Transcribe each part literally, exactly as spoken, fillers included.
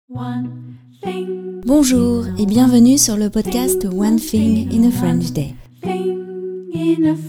One thing Bonjour et bienvenue sur le podcast One Thing in a French Day. thing in a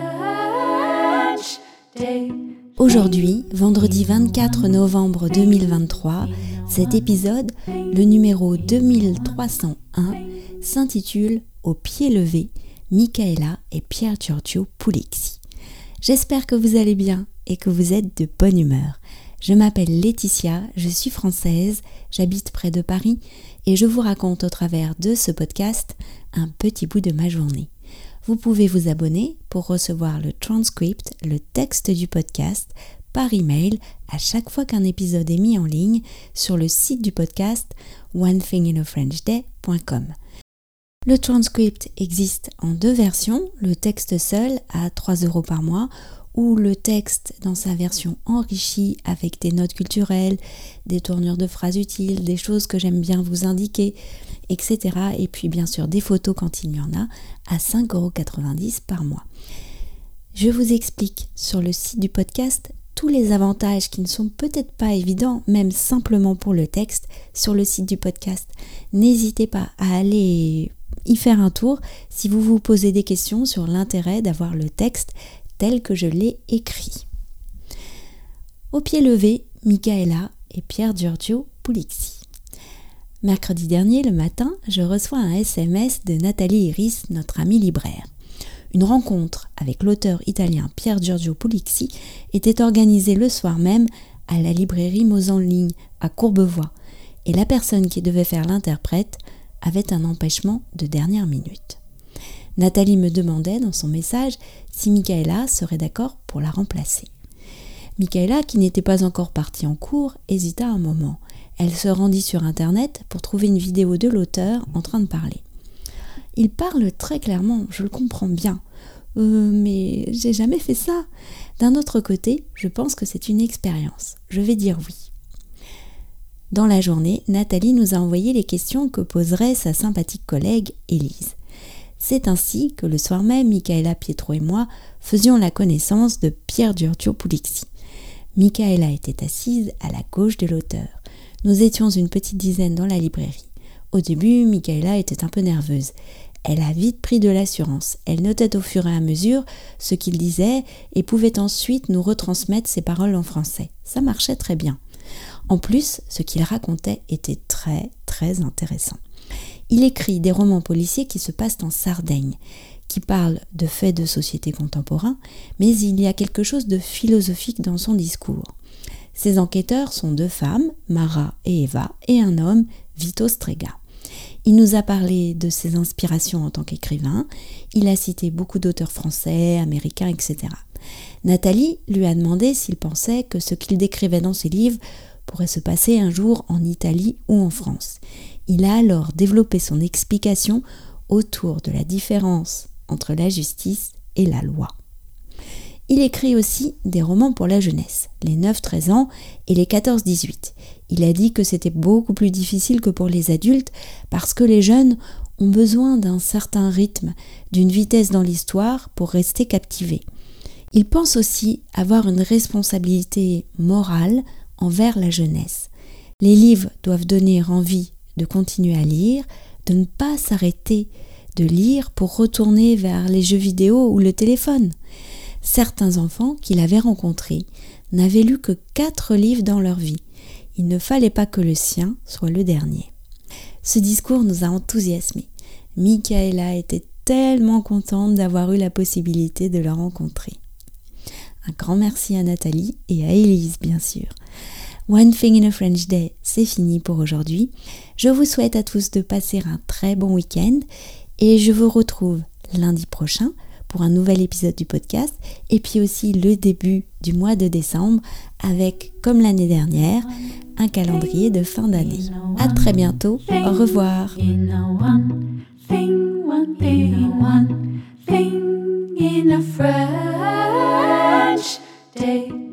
French day. Aujourd'hui, vendredi vingt-quatre novembre deux mille vingt-trois, cet épisode, le numéro deux mille trois cent un, s'intitule « Au pied levé, Michaela et Pier Giorgio Puglisi ». J'espère que vous allez bien et que vous êtes de bonne humeur. Je m'appelle Laetitia, je suis française, j'habite près de Paris et je vous raconte au travers de ce podcast un petit bout de ma journée. Vous pouvez vous abonner pour recevoir le transcript, le texte du podcast, par email à chaque fois qu'un épisode est mis en ligne sur le site du podcast one thing in a french day point com. Le transcript existe en deux versions, le texte seul à trois euros par mois ou le texte dans sa version enrichie avec des notes culturelles, des tournures de phrases utiles, des choses que j'aime bien vous indiquer, et cetera. Et puis bien sûr des photos quand il y en a à cinq euros quatre-vingt-dix par mois. Je vous explique sur le site du podcast tous les avantages qui ne sont peut-être pas évidents, même simplement pour le texte, sur le site du podcast. N'hésitez pas à aller y faire un tour si vous vous posez des questions sur l'intérêt d'avoir le texte tel que je l'ai écrit. Au pied levé, Michaela et Pier Giorgio Puglisi. Mercredi dernier, le matin, je reçois un S M S de Nathalie Iris, notre amie libraire. Une rencontre avec l'auteur italien Pier Giorgio Puglisi était organisée le soir même à la librairie Mots en ligne à Courbevoie et la personne qui devait faire l'interprète avait un empêchement de dernière minute. Nathalie me demandait dans son message si Michaela serait d'accord pour la remplacer. Michaela, qui n'était pas encore partie en cours, hésita un moment. Elle se rendit sur internet pour trouver une vidéo de l'auteur en train de parler. Il parle très clairement, je le comprends bien. Euh, mais j'ai jamais fait ça. D'un autre côté, je pense que c'est une expérience. Je vais dire oui. Dans la journée, Nathalie nous a envoyé les questions que poserait sa sympathique collègue Élise. C'est ainsi que le soir même, Michaela, Pietro et moi faisions la connaissance de Pier Giorgio Puglisi. Michaela était assise à la gauche de l'auteur. Nous étions une petite dizaine dans la librairie. Au début, Michaela était un peu nerveuse. Elle a vite pris de l'assurance. Elle notait au fur et à mesure ce qu'il disait et pouvait ensuite nous retransmettre ses paroles en français. Ça marchait très bien. En plus, ce qu'il racontait était très, très intéressant. Il écrit des romans policiers qui se passent en Sardaigne, qui parlent de faits de société contemporains, mais il y a quelque chose de philosophique dans son discours. Ses enquêteurs sont deux femmes, Mara et Eva, et un homme, Vito Strega. Il nous a parlé de ses inspirations en tant qu'écrivain, il a cité beaucoup d'auteurs français, américains, et cetera. Nathalie lui a demandé s'il pensait que ce qu'il décrivait dans ses livres pourrait se passer un jour en Italie ou en France. Il a alors développé son explication autour de la différence entre la justice et la loi. Il écrit aussi des romans pour la jeunesse, les neuf treize ans et les quatorze dix-huit. Il a dit que c'était beaucoup plus difficile que pour les adultes parce que les jeunes ont besoin d'un certain rythme, d'une vitesse dans l'histoire pour rester captivés. Il pense aussi avoir une responsabilité morale envers la jeunesse. Les livres doivent donner envie de continuer à lire, de ne pas s'arrêter de lire pour retourner vers les jeux vidéo ou le téléphone. Certains enfants qu'il avait rencontrés n'avaient lu que quatre livres dans leur vie. Il ne fallait pas que le sien soit le dernier. Ce discours nous a enthousiasmés. Michaela était tellement contente d'avoir eu la possibilité de le rencontrer. Un grand merci à Nathalie et à Élise, bien sûr. One Thing in a French Day, c'est fini pour aujourd'hui. Je vous souhaite à tous de passer un très bon week-end et je vous retrouve lundi prochain pour un nouvel épisode du podcast et puis aussi le début du mois de décembre avec, comme l'année dernière, un calendrier de fin d'année. À très bientôt, au revoir. In a one thing, one thing, one thing in a French day.